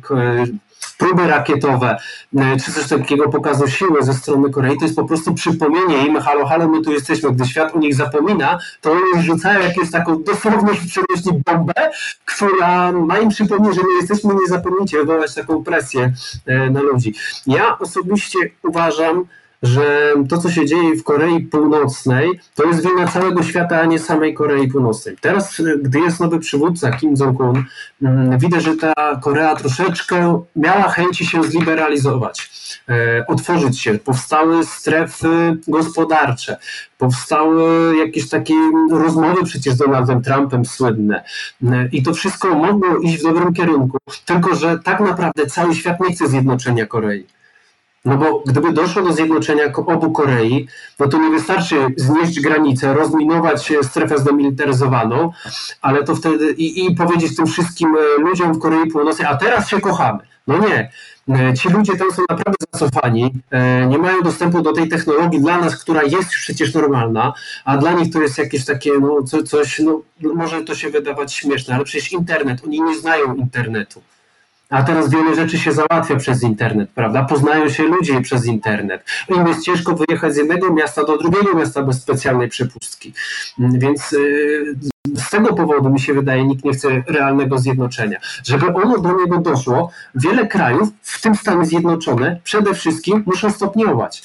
D: próby rakietowe, czy coś takiego pokazu siły ze strony Korei, to jest po prostu przypomnienie im, halo, halo, my tu jesteśmy. Gdy świat o nich zapomina, to oni rzucają jakąś taką dosłownie w przenośni bombę, która ma im przypomnieć, że my jesteśmy, nie zapomnijcie, wywołać taką presję na ludzi. Ja osobiście uważam, że to, co się dzieje w Korei Północnej, to jest wina całego świata, a nie samej Korei Północnej. Teraz, gdy jest nowy przywódca Kim Jong-un, widać, że ta Korea troszeczkę miała chęci się zliberalizować, otworzyć się. Powstały strefy gospodarcze, powstały jakieś takie rozmowy przecież z Donaldem Trumpem słynne i to wszystko mogło iść w dobrym kierunku, tylko że tak naprawdę cały świat nie chce zjednoczenia Korei. No bo gdyby doszło do zjednoczenia obu Korei, no to nie wystarczy znieść granicę, rozminować strefę zdemilitaryzowaną, ale to wtedy i, i powiedzieć tym wszystkim ludziom w Korei Północnej, a teraz się kochamy. No nie. Ci ludzie tam są naprawdę zacofani, nie mają dostępu do tej technologii dla nas, która jest przecież normalna, a dla nich to jest jakieś takie, no co, coś, no może to się wydawać śmieszne, ale przecież internet, oni nie znają internetu. A teraz wiele rzeczy się załatwia przez internet, prawda? Poznają się ludzie przez internet. Im jest ciężko wyjechać z jednego miasta do drugiego miasta bez specjalnej przepustki. Więc z tego powodu, mi się wydaje, nikt nie chce realnego zjednoczenia. Żeby ono do niego doszło, wiele krajów, w tym Stany Zjednoczone, przede wszystkim muszą stopniować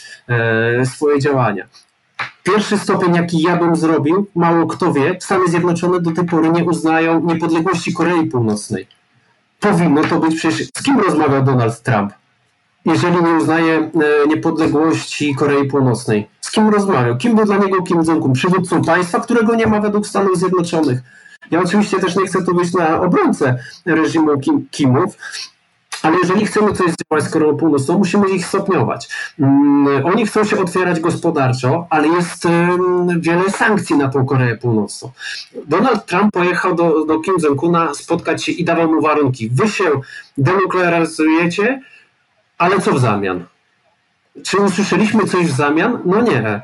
D: swoje działania. Pierwszy stopień, jaki ja bym zrobił, mało kto wie, Stany Zjednoczone do tej pory nie uznają niepodległości Korei Północnej. Powinno to być przecież... Z kim rozmawiał Donald Trump, jeżeli nie uznaje niepodległości Korei Północnej? Z kim rozmawiał? Kim był dla niego Kim Jong-un? Przywódcą państwa, którego nie ma według Stanów Zjednoczonych. Ja oczywiście też nie chcę tu być na obrońcę reżimu Kim, Kimów, ale jeżeli chcemy coś zdziałać z Koreą Północną, musimy ich stopniować. Um, oni chcą się otwierać gospodarczo, ale jest um, wiele sankcji na tą Koreę Północną. Donald Trump pojechał do, do Kim Jong-una spotkać się i dawał mu warunki. Wy się denuklearyzujecie, ale co w zamian? Czy usłyszeliśmy coś w zamian? No nie.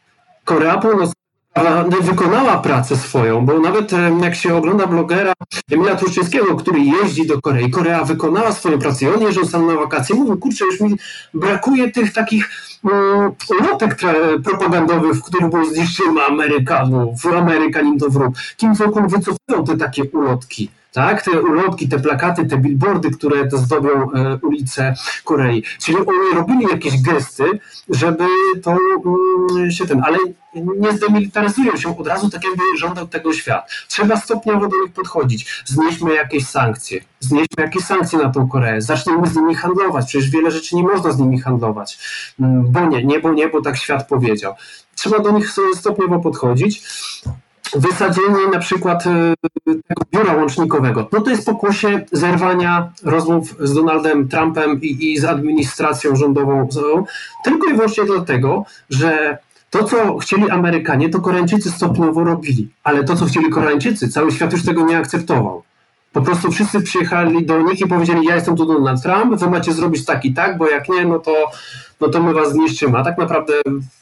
D: Korea Północna wykonała pracę swoją, bo nawet jak się ogląda blogera Emila Turczyńskiego, który jeździ do Korei, Korea wykonała swoją pracę i on jeżdżał sam na wakacje, mówił, kurczę, już mi brakuje tych takich um, ulotek propagandowych, w których było zniszczymy Amerykanów, Amerykanin to wróg. Kim Jong-un wycofują te takie ulotki. Tak, te ulotki, te plakaty, te billboardy, które to zdobią e, ulice Korei. Czyli oni robili jakieś gesty, żeby to mm, się ten, ale nie zdemilitaryzują się od razu, tak jakby żądał tego świat. Trzeba stopniowo do nich podchodzić. Znieśmy jakieś sankcje. Znieśmy jakieś sankcje na tą Koreę. Zacznijmy z nimi handlować. Przecież wiele rzeczy nie można z nimi handlować. Bo nie, nie, bo nie, bo tak świat powiedział. Trzeba do nich stopniowo podchodzić. Wysadzenie na przykład tego biura łącznikowego. No to jest pokłosie zerwania rozmów z Donaldem Trumpem i, i z administracją rządową tylko i wyłącznie dlatego, że to, co chcieli Amerykanie, to Koreańczycy stopniowo robili. Ale to, co chcieli Koreańczycy, cały świat już tego nie akceptował. Po prostu wszyscy przyjechali do nich i powiedzieli, ja jestem tu Donald Trump, wy macie zrobić tak i tak, bo jak nie, no to, no to my was zniszczymy. A tak naprawdę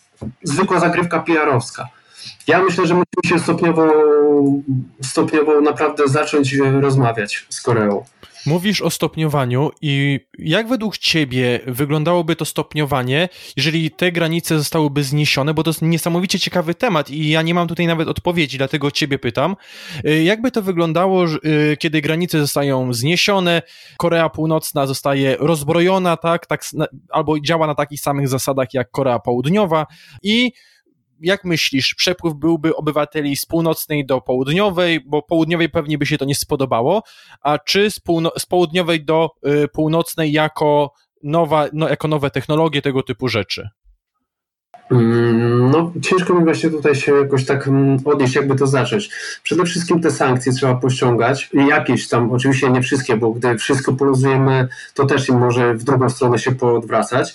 D: zwykła zagrywka P R-owska. Ja myślę, że musimy się stopniowo, stopniowo naprawdę zacząć rozmawiać z Koreą.
C: Mówisz o stopniowaniu i jak według ciebie wyglądałoby to stopniowanie, jeżeli te granice zostałyby zniesione, bo to jest niesamowicie ciekawy temat i ja nie mam tutaj nawet odpowiedzi, dlatego ciebie pytam. Jakby to wyglądało, kiedy granice zostają zniesione, Korea Północna zostaje rozbrojona, tak, tak albo działa na takich samych zasadach jak Korea Południowa i jak myślisz, przepływ byłby obywateli z północnej do południowej, bo południowej pewnie by się to nie spodobało, a czy z, półno- z południowej do y, północnej jako, nowa, no, jako nowe technologie, tego typu rzeczy?
D: No, ciężko mi właśnie tutaj się jakoś tak odnieść, jakby to zacząć. Przede wszystkim te sankcje trzeba pościągać, jakieś tam, oczywiście nie wszystkie, bo gdy wszystko poluzujemy, to też im może w drugą stronę się poodwracać.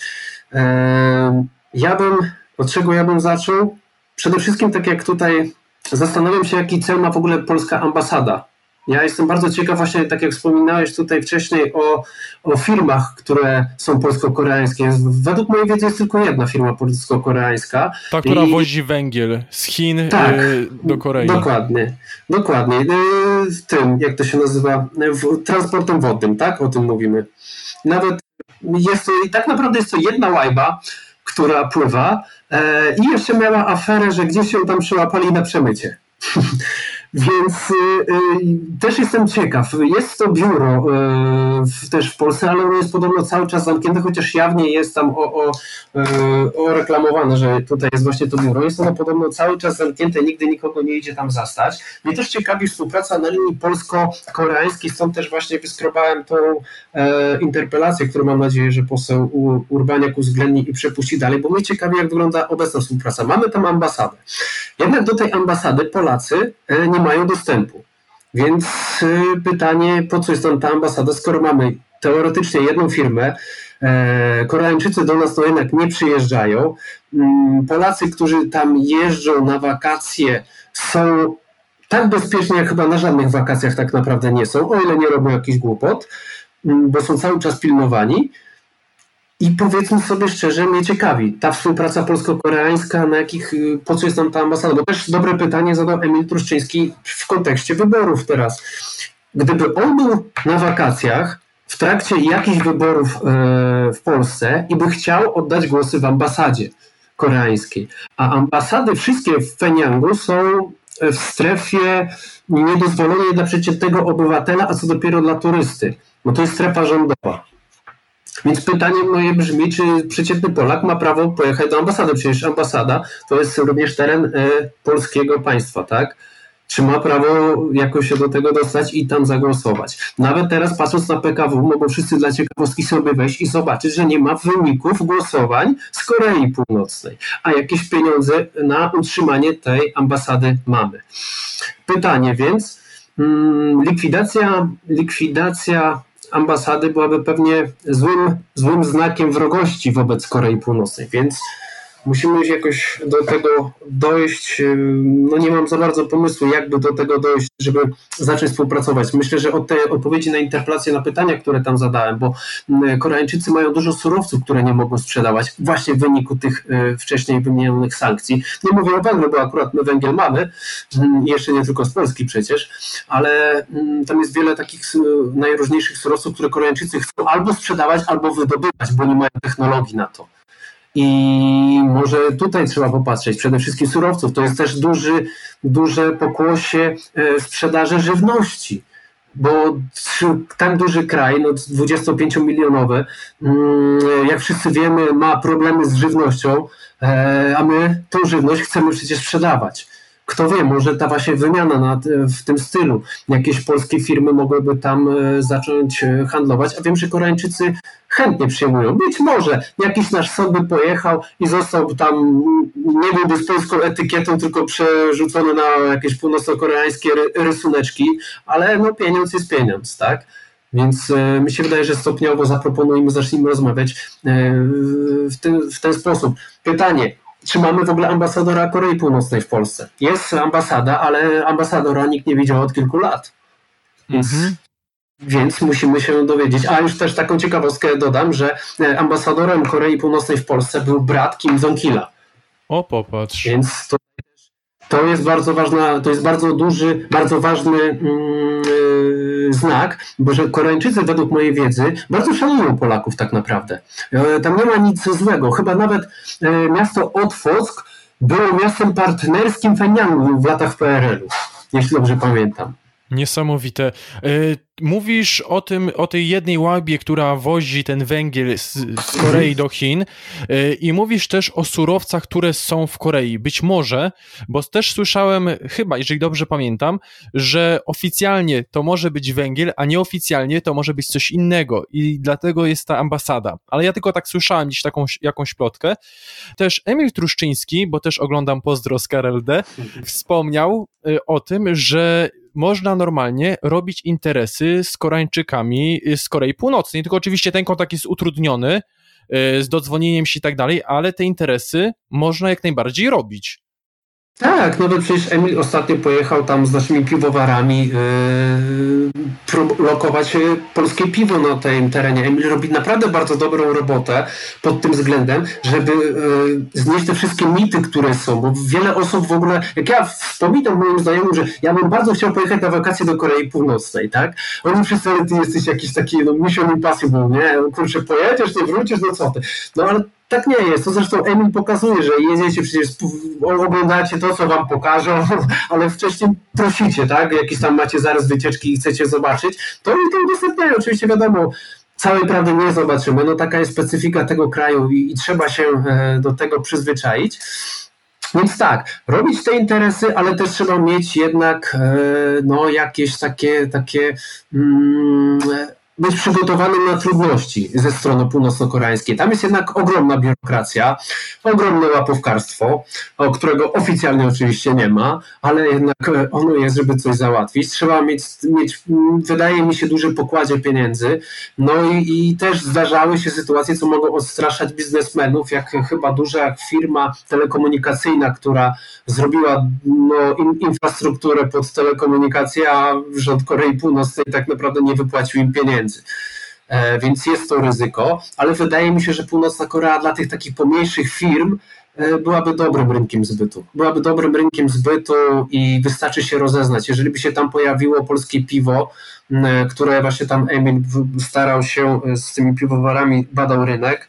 D: Ja bym Od czego ja bym zaczął? Przede wszystkim tak jak tutaj zastanawiam się, jaki cel ma w ogóle polska ambasada Ja jestem bardzo ciekaw właśnie, tak jak wspominałeś tutaj wcześniej o, o firmach, które są polsko-koreańskie. Według mojej wiedzy jest tylko jedna firma polsko-koreańska.
C: Ta, która
D: I...
C: wozi węgiel z Chin
D: tak,
C: y, do Korei.
D: Dokładnie, dokładnie. Y, w tym, jak to się nazywa, w, transportem wodnym, tak? O tym mówimy. Nawet jest to, i tak naprawdę jest to jedna łajba, która pływa e, i jeszcze miała aferę, że gdzieś się tam przyłapali na przemycie. Więc y, y, też jestem ciekaw. Jest to biuro y, w, też w Polsce, ale ono jest podobno cały czas zamknięte, chociaż jawnie jest tam o, o, y, o reklamowane, że tutaj jest właśnie to biuro. Jest ono podobno cały czas zamknięte, nigdy nikogo nie idzie tam zastać. Mnie też ciekawi współpraca na linii polsko-koreańskiej, stąd też właśnie wyskrobałem tą e, interpelację, którą mam nadzieję, że poseł Urbaniak uwzględni i przepuści dalej, bo mnie ciekawi, jak wygląda obecna współpraca. Mamy tam ambasadę. Jednak do tej ambasady Polacy e, nie mają dostępu. Więc y, pytanie, po co jest tam ta ambasada, skoro mamy teoretycznie jedną firmę, e, Koreańczycy do nas to jednak nie przyjeżdżają, mm, Polacy, którzy tam jeżdżą na wakacje, są tak bezpieczni, jak chyba na żadnych wakacjach tak naprawdę nie są, o ile nie robią jakichś głupot, mm, bo są cały czas pilnowani. I powiedzmy sobie szczerze, mnie ciekawi ta współpraca polsko-koreańska, na jakich, po co jest tam ta ambasada? Bo też dobre pytanie zadał Emil Truszczyński w kontekście wyborów teraz. Gdyby on był na wakacjach w trakcie jakichś wyborów w Polsce i by chciał oddać głosy w ambasadzie koreańskiej, a ambasady wszystkie w Pjongjangu są w strefie niedozwolonej dla przeciętnego obywatela, a co dopiero dla turysty. No to jest strefa rządowa. Więc pytanie moje brzmi, czy przeciętny Polak ma prawo pojechać do ambasady? Przecież ambasada to jest również teren y, polskiego państwa, tak? Czy ma prawo jakoś się do tego dostać i tam zagłosować? Nawet teraz patrząc na P K W, mogą wszyscy dla ciekawostki sobie wejść i zobaczyć, że nie ma wyników głosowań z Korei Północnej, a jakieś pieniądze na utrzymanie tej ambasady mamy. Pytanie więc, mm, likwidacja, likwidacja ambasady byłaby pewnie złym, złym znakiem wrogości wobec Korei Północnej, więc musimy jakoś do tego dojść. No nie mam za bardzo pomysłu, jakby do tego dojść, żeby zacząć współpracować. Myślę, że od tej odpowiedzi na interpelację, na pytania, które tam zadałem, bo Koreańczycy mają dużo surowców, które nie mogą sprzedawać właśnie w wyniku tych wcześniej wymienionych sankcji. Nie mówię o węglu, bo akurat my węgiel mamy, jeszcze nie tylko z Polski przecież, ale tam jest wiele takich najróżniejszych surowców, które Koreańczycy chcą albo sprzedawać, albo wydobywać, bo nie mają technologii na to. I może tutaj trzeba popatrzeć, przede wszystkim surowców. To jest też duży, duże pokłosie sprzedaży żywności, bo tak duży kraj, no dwudziestopięciomilionowy, jak wszyscy wiemy, ma problemy z żywnością, a my tą żywność chcemy przecież sprzedawać. Kto wie, może ta właśnie wymiana na, w tym stylu. Jakieś polskie firmy mogłyby tam zacząć handlować, a wiem, że Koreańczycy chętnie przyjmują. Być może jakiś nasz son by pojechał i został tam, nie byłby z polską etykietą, tylko przerzucony na jakieś północno-koreańskie rysuneczki, ale no pieniądz jest pieniądz, tak? Więc e, mi się wydaje, że stopniowo zaproponujemy, zacznijmy rozmawiać e, w, ten, w ten sposób. Pytanie. Czy mamy w ogóle ambasadora Korei Północnej w Polsce? Jest ambasada, ale ambasadora nikt nie widział od kilku lat. Więc, mm-hmm. więc musimy się dowiedzieć. A już też taką ciekawostkę dodam, że ambasadorem Korei Północnej w Polsce był brat Kim Jong-ila.
C: O, popatrz.
D: Więc to, to jest bardzo ważna, to jest bardzo duży, bardzo ważny yy, znak, bo że Koreańczycy według mojej wiedzy bardzo szanują Polaków tak naprawdę. Yy, tam nie ma nic złego. Chyba nawet yy, miasto Otwock było miastem partnerskim Pjongjangu w latach P R L-u, jeśli dobrze pamiętam.
C: Niesamowite. Mówisz o tym, o tej jednej łajbie, która wozi ten węgiel z, z Korei do Chin i mówisz też o surowcach, które są w Korei. Być może, bo też słyszałem, chyba, jeżeli dobrze pamiętam, że oficjalnie to może być węgiel, a nieoficjalnie to może być coś innego i dlatego jest ta ambasada. Ale ja tylko tak słyszałem dziś taką jakąś plotkę. Też Emil Truszczyński, bo też oglądam Pozdro z K R L D, wspomniał o tym, że można normalnie robić interesy z Koreańczykami z Korei Północnej, tylko oczywiście ten kontakt jest utrudniony z dodzwonieniem się i tak dalej, ale te interesy można jak najbardziej robić.
D: Tak, no to przecież Emil ostatnio pojechał tam z naszymi piwowarami yy, lokować polskie piwo na tym terenie. Emil robi naprawdę bardzo dobrą robotę pod tym względem, żeby yy, znieść te wszystkie mity, które są, bo wiele osób w ogóle, jak ja wspominam moim znajomym, że ja bym bardzo chciał pojechać na wakacje do Korei Północnej, tak? Oni wszyscy, ale ty jesteś jakiś taki, no mission impossible, nie? Kurczę, pojedziesz, nie wrócisz, no co ty? No ale tak nie jest. To zresztą Emil pokazuje, że jedziecie przecież, oglądacie to, co wam pokażą, ale wcześniej prosicie, tak? Jakiś tam macie zarys wycieczki i chcecie zobaczyć, to oni to udostępniają. Oczywiście wiadomo, całej prawdy nie zobaczymy. No taka jest specyfika tego kraju i, i trzeba się do tego przyzwyczaić. Więc tak, robić te interesy, ale też trzeba mieć jednak no, jakieś takie, takie mm, być przygotowanym na trudności ze strony północno-koreańskiej. Tam jest jednak ogromna biurokracja, ogromne łapówkarstwo, o którego oficjalnie oczywiście nie ma, ale jednak ono jest, żeby coś załatwić. Trzeba mieć, mieć wydaje mi się, duży pokładzie pieniędzy. No i, i też zdarzały się sytuacje, co mogą odstraszać biznesmenów, jak chyba duża firma telekomunikacyjna, która zrobiła no, in, infrastrukturę pod telekomunikację, a rząd Korei Północnej tak naprawdę nie wypłacił im pieniędzy. E, więc jest to ryzyko, ale wydaje mi się, że Północna Korea dla tych takich pomniejszych firm e, byłaby dobrym rynkiem zbytu. Byłaby dobrym rynkiem zbytu i wystarczy się rozeznać. Jeżeli by się tam pojawiło polskie piwo, e, które właśnie tam Emil starał się z tymi piwowarami, badał rynek,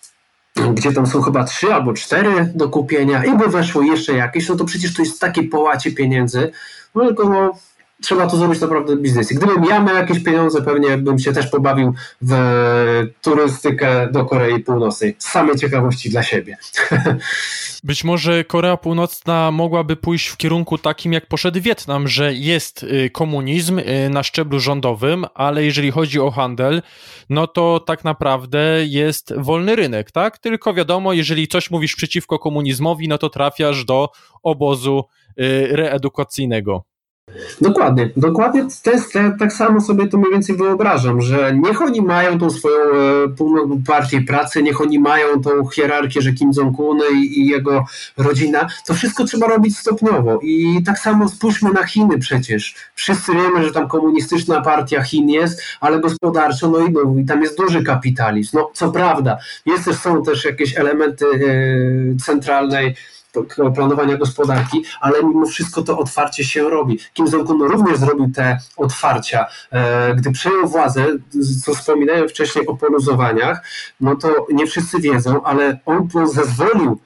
D: gdzie tam są chyba trzy albo cztery do kupienia i by weszło jeszcze jakieś, no to przecież to jest takie połacie pieniędzy, no tylko no trzeba to zrobić naprawdę biznes. Gdybym ja miał jakieś pieniądze, pewnie bym się też pobawił w turystykę do Korei Północnej. Z samej ciekawości dla siebie.
C: Być może Korea Północna mogłaby pójść w kierunku takim, jak poszedł Wietnam, że jest komunizm na szczeblu rządowym, ale jeżeli chodzi o handel, no to tak naprawdę jest wolny rynek, tak? Tylko wiadomo, jeżeli coś mówisz przeciwko komunizmowi, no to trafiasz do obozu reedukacyjnego.
D: Dokładnie, dokładnie te, te, tak samo sobie to mniej więcej wyobrażam, że niech oni mają tą swoją e, partię pracy, niech oni mają tą hierarchię, że Kim Jong-un i, i jego rodzina, to wszystko trzeba robić stopniowo i tak samo spójrzmy na Chiny przecież. Wszyscy wiemy, że tam komunistyczna partia Chin jest, ale gospodarczo no i, no, i tam jest duży kapitalizm. No co prawda, jest też, są też jakieś elementy e, centralnej planowania gospodarki, ale mimo wszystko to otwarcie się robi. Kim Jong-un również zrobił te otwarcia. Gdy przejął władzę, co wspominałem wcześniej o poluzowaniach, no to nie wszyscy wiedzą, ale on zezwolił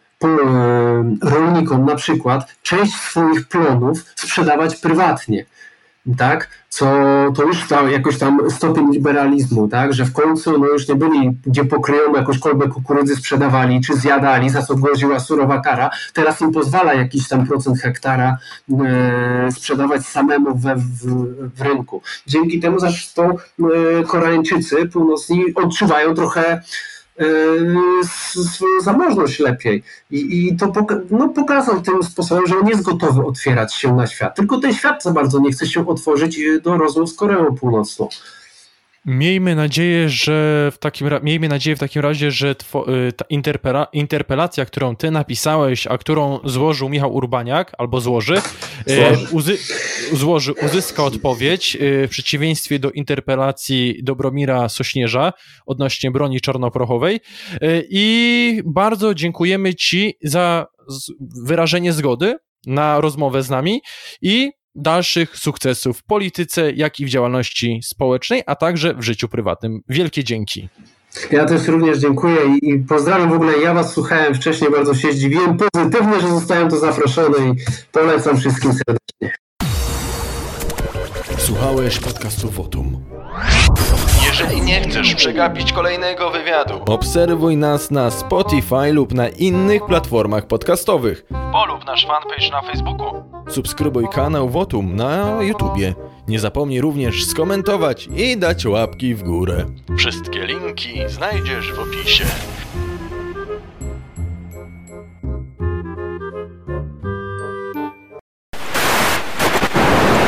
D: rolnikom na przykład część swoich plonów sprzedawać prywatnie. Tak, co to już tam jakoś tam stopień liberalizmu, tak, że w końcu no już nie byli, gdzie pokryjomu jakąś kolbę kukurydzy sprzedawali, czy zjadali, za co groziła surowa kara, teraz im pozwala jakiś tam procent hektara e, sprzedawać samemu we, w, w rynku. Dzięki temu zresztą e, Koreańczycy północni odczuwają trochę swoją zamożność lepiej i, i to poka- no, pokazał tym sposobem, że on jest gotowy otwierać się na świat, tylko ten świat za bardzo nie chce się otworzyć do rozmów z Koreą Północną.
C: Miejmy nadzieję, że w takim ra- miejmy nadzieję w takim razie, że two- ta interpela- interpelacja, którą ty napisałeś, a którą złożył Michał Urbaniak, albo złoży, e, uzy- złoży uzyska odpowiedź e, w przeciwieństwie do interpelacji Dobromira Sośnierza odnośnie broni czarnoprochowej e, i bardzo dziękujemy ci za z- wyrażenie zgody na rozmowę z nami i dalszych sukcesów w polityce, jak i w działalności społecznej, a także w życiu prywatnym. Wielkie dzięki.
D: Ja też również dziękuję i, i pozdrawiam w ogóle. Ja was słuchałem wcześniej, bardzo się zdziwiłem. Pozytywnie, że zostałem tu zaproszony i polecam wszystkim serdecznie.
E: Słuchałeś podcastu Votum.
B: Jeżeli nie chcesz przegapić kolejnego wywiadu,
E: Obserwuj nas na Spotify lub na innych platformach podcastowych.
B: polub nasz fanpage na Facebooku.
E: Subskrybuj kanał Votum na YouTubie. Nie zapomnij również skomentować i dać łapki w górę.
B: Wszystkie linki znajdziesz w opisie.